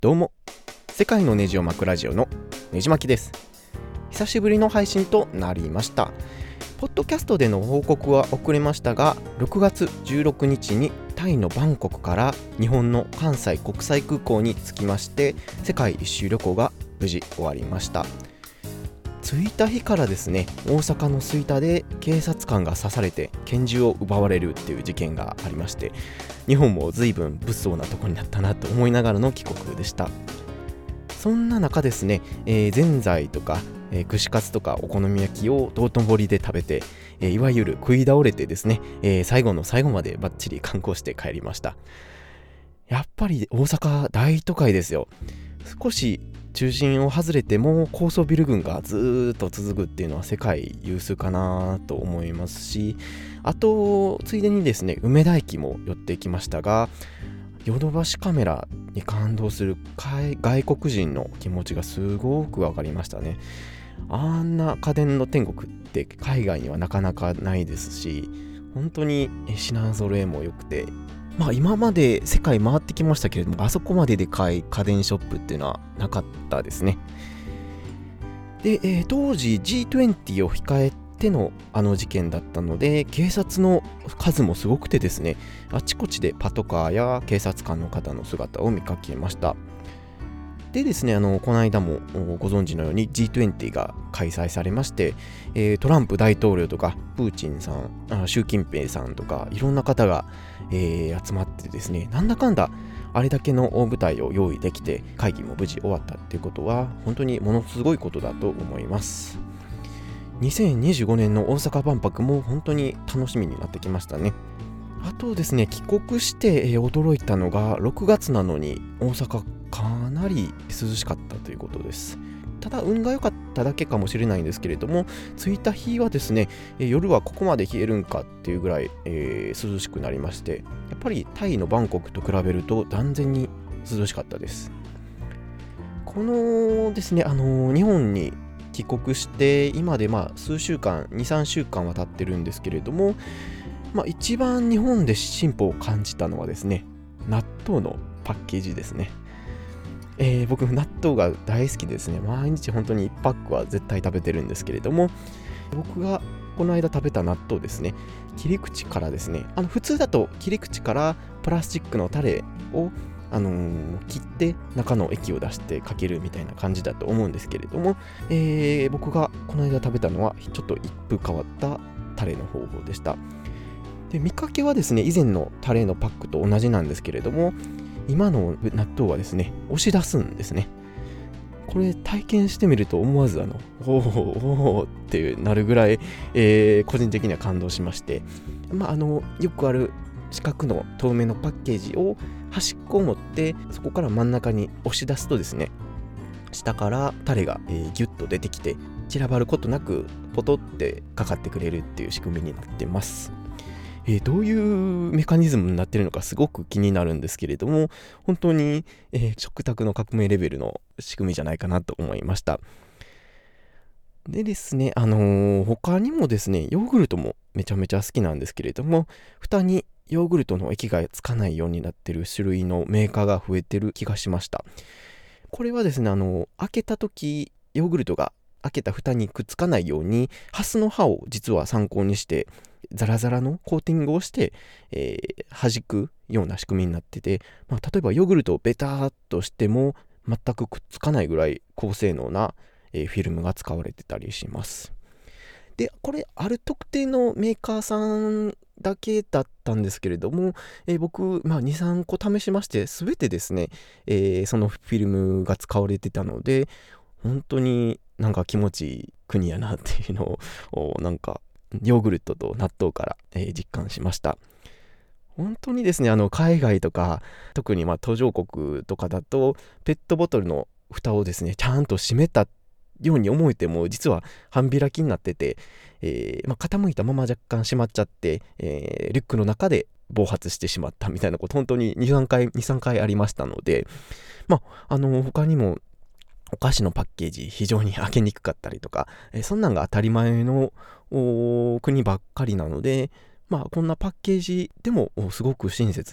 どうも、世界のネジを巻くラジオのネジ巻きです。久しぶりの配信となりました。ポッドキャストでの報告は遅れましたが、6月16日にタイのバンコクから日本の関西国際空港に着きまして、世界一周旅行が無事終わりました。着いた日からですね、大阪の吹田で警察官が刺されて拳銃を奪われるっていう事件がありまして、日本も随分物騒なとこになったなと思いながらの帰国でした。そんな中ですね、ぜんざいとか、串カツとかお好み焼きを道頓堀で食べて、いわゆる食い倒れてですね、最後の最後までバッチリ観光して帰りました。やっぱり大阪大都会ですよ。少し中心を外れても高層ビル群がずっと続くっていうのは世界有数かなと思いますし、あとついでにですね、梅田駅も寄ってきましたが、ヨドバシカメラに感動する外国人の気持ちがすごく分かりましたね。あんな家電の天国って海外にはなかなかないですし、本当に品揃えも良くて、今まで世界回ってきましたけれども、あそこまででかい家電ショップっていうのはなかったですね。で、当時 G20 を控えてのあの事件だったので、警察の数もすごくてですね、あちこちでパトカーや警察官の方の姿を見かけました。でですね、この間もご存知のように G20 が開催されまして、トランプ大統領とかプーチンさん、習近平さんとかいろんな方が、集まってですね、なんだかんだあれだけの大舞台を用意できて会議も無事終わったっていうことは本当にものすごいことだと思います。2025年の大阪万博も本当に楽しみになってきましたね。あとですね、帰国して驚いたのが6月なのに大阪かなり涼しかったということです。ただ運が良かっただけかもしれないんですけれども、着いた日はですね、夜はここまで冷えるんかっていうぐらい、涼しくなりまして、やっぱりタイのバンコクと比べると断然に涼しかったです。このですね、日本に帰国して今で数週間 2,3 週間は経ってるんですけれども、一番日本で進歩を感じたのはですね、納豆のパッケージですね。僕納豆が大好きですね。毎日本当に1パックは絶対食べてるんですけれども、僕がこの間食べた納豆ですね、切り口からですね、普通だと切り口からプラスチックのタレを切って中の液を出してかけるみたいな感じだと思うんですけれども、僕がこの間食べたのはちょっと一風変わったタレの方法でした。で、見かけはですね、以前のタレのパックと同じなんですけれども、今の納豆はですね、押し出すんですね。これ体験してみると思わずおーってなるぐらい、個人的には感動しまして、よくある四角の透明のパッケージを端っこを持ってそこから真ん中に押し出すとですね、下からタレが、ギュッと出てきて散らばることなくポトってかかってくれるっていう仕組みになってます。どういうメカニズムになっているのかすごく気になるんですけれども、本当に、食卓の革命レベルの仕組みじゃないかなと思いました。でですね、他にもですね、ヨーグルトもめちゃめちゃ好きなんですけれども、蓋にヨーグルトの液がつかないようになっている種類のメーカーが増えてる気がしました。これはですね、開けた時ヨーグルトが開けた蓋にくっつかないようにハスの刃を実は参考にしてザラザラのコーティングをして、弾くような仕組みになってて、例えばヨーグルトをベターっとしても全くくっつかないぐらい高性能な、フィルムが使われてたりします。で、これある特定のメーカーさんだけだったんですけれども、僕、2、3個試しまして全てですね、そのフィルムが使われてたので、本当になんか気持ちいい国やなっていうのをなんかヨーグルトと納豆から、実感しました。本当にですね、海外とか特に途上国とかだとペットボトルの蓋をですねちゃんと閉めたように思えても実は半開きになってて、傾いたまま若干閉まっちゃって、リュックの中で暴発してしまったみたいなこと本当に 2,3 回ありましたので、他にもお菓子のパッケージ非常に開けにくかったりとか、そんなんが当たり前の国ばっかりなので、こんなパッケージでもすごく親切な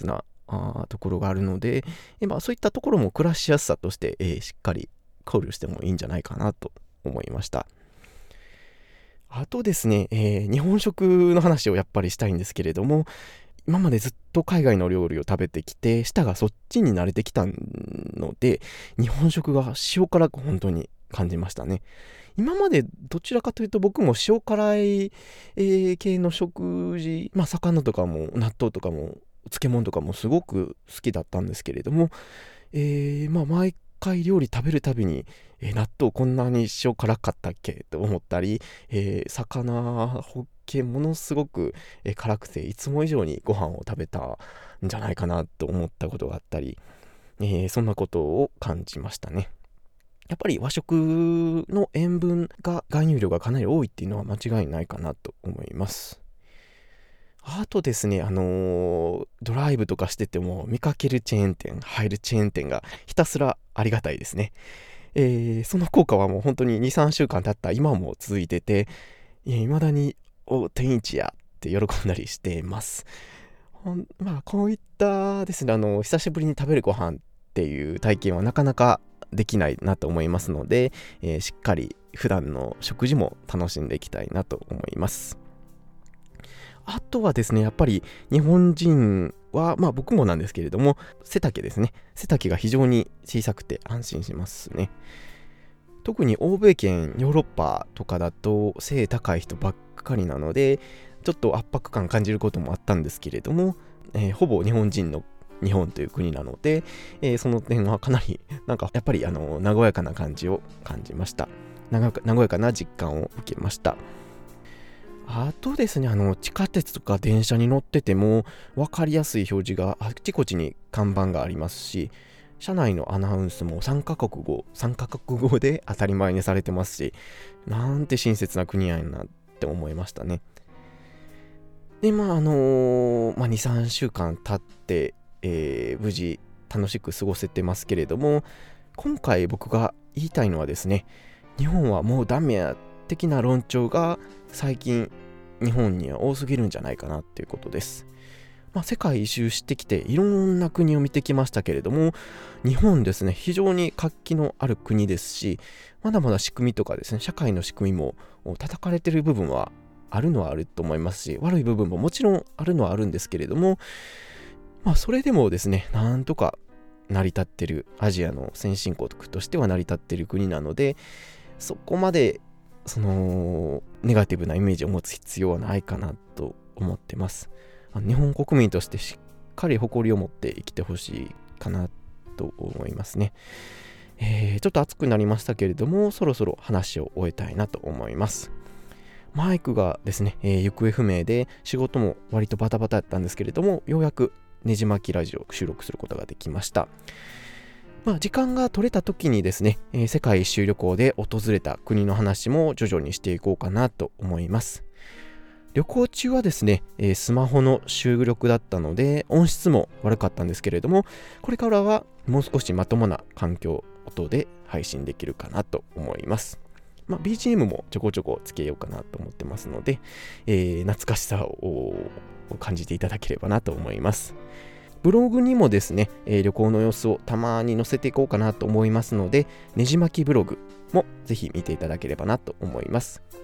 ところがあるので、そういったところも暮らしやすさとして、しっかり考慮してもいいんじゃないかなと思いました。あとですね、日本食の話をやっぱりしたいんですけれども、今までずっと海外の料理を食べてきて、舌がそっちに慣れてきたので、日本食が塩辛く本当に感じましたね。今までどちらかというと僕も塩辛い、系の食事、魚とかも納豆とかも漬物とかもすごく好きだったんですけれども、毎回料理食べるたびに、納豆こんなに塩辛かったっけと思ったり、魚ホッケものすごく、辛くていつも以上にご飯を食べたんじゃないかなと思ったことがあったり、そんなことを感じましたね。やっぱり和食の塩分が含有量がかなり多いっていうのは間違いないかなと思います。あとですね、ドライブとかしてても見かけるチェーン店、入るチェーン店がひたすらありがたいですね。その効果はもう本当に2、3週間経った今も続いてて、未だに天一やって喜んだりしています。こういったですね、久しぶりに食べるご飯っていう体験はなかなかできないなと思いますので、しっかり普段の食事も楽しんでいきたいなと思います。あとはですね、やっぱり日本人は、僕もなんですけれども、背丈ですね。背丈が非常に小さくて安心しますね。特に欧米圏、ヨーロッパとかだと背高い人ばっかりなので、ちょっと圧迫感感じることもあったんですけれども、ほぼ日本人の日本という国なので、その点はかなりやっぱり和やかな感じを感じました。和やかな実感を受けました。あとですね、地下鉄とか電車に乗ってても分かりやすい表示があちこちに看板がありますし、車内のアナウンスも3カ国語で当たり前にされてますし、なんて親切な国やなって思いましたね。で、2、3週間経って、無事楽しく過ごせてますけれども、今回僕が言いたいのはですね、日本はもうダメや的な論調が最近日本には多すぎるんじゃないかなっていうことです。世界一周してきていろんな国を見てきましたけれども、日本ですね、非常に活気のある国ですし、まだまだ仕組みとかですね、社会の仕組みも叩かれてる部分はあるのはあると思いますし、悪い部分ももちろんあるのはあるんですけれども、それでもですね、なんとか成り立ってる、アジアの先進国としては成り立ってる国なので、そこまでネガティブなイメージを持つ必要はないかなと思ってます。日本国民としてしっかり誇りを持って生きてほしいかなと思いますね。ちょっと熱くなりましたけれども、そろそろ話を終えたいなと思います。マイクがですね、行方不明で仕事も割とバタバタだったんですけれども、ようやくねじ巻きラジオを収録することができました。時間が取れた時にですね、世界一周旅行で訪れた国の話も徐々にしていこうかなと思います。旅行中はですね、スマホの収録だったので音質も悪かったんですけれども、これからはもう少しまともな環境音で配信できるかなと思います。BGM もちょこちょこつけようかなと思ってますので、懐かしさを感じていただければなと思います。ブログにもですね、旅行の様子をたまに載せていこうかなと思いますので、ねじまきブログもぜひ見ていただければなと思います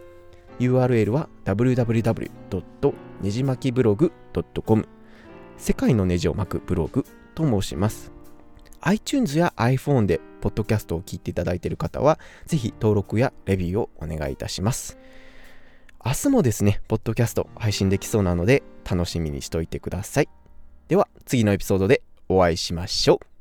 。URL は www. ねじまきブログ .com 世界のネジを巻くブログと申します。iTunes や iPhone でポッドキャストを聞いていただいている方は、ぜひ登録やレビューをお願いいたします。明日もですね、ポッドキャスト配信できそうなので、楽しみにしておいてください。では、次のエピソードでお会いしましょう。